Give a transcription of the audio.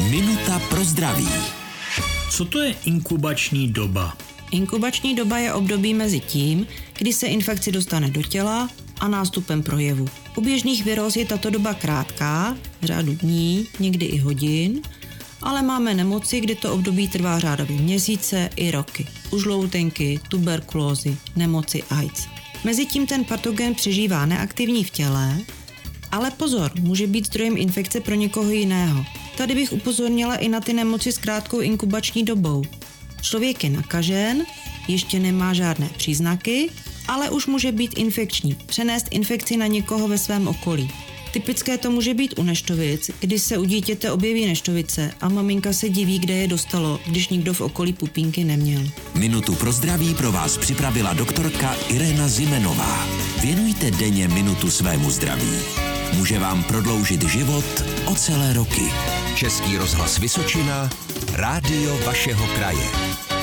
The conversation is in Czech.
Minuta pro zdraví. Co to je inkubační doba? Inkubační doba je období mezi tím, kdy se infekce dostane do těla a nástupem projevu. U běžných viróz je tato doba krátká, řádu dní, někdy i hodin, ale máme nemoci, kde to období trvá řádově měsíce i roky. U žloutenky, tuberkulózy, nemoci AIDS. Mezitím ten patogen přežívá neaktivní v těle, ale pozor, může být zdrojem infekce pro někoho jiného. Tady bych upozornila i na ty nemoci s krátkou inkubační dobou. Člověk je nakažen, ještě nemá žádné příznaky, ale už může být infekční, přenést infekci na někoho ve svém okolí. Typické to může být u neštovic, kdy se u dítěte objeví neštovice a maminka se diví, kde je dostalo, když nikdo v okolí pupínky neměl. Minutu pro zdraví pro vás připravila doktorka Irena Zimenová. Věnujte denně minutu svému zdraví. Může vám prodloužit život o celé roky. Český rozhlas Vysočina, rádio vašeho kraje.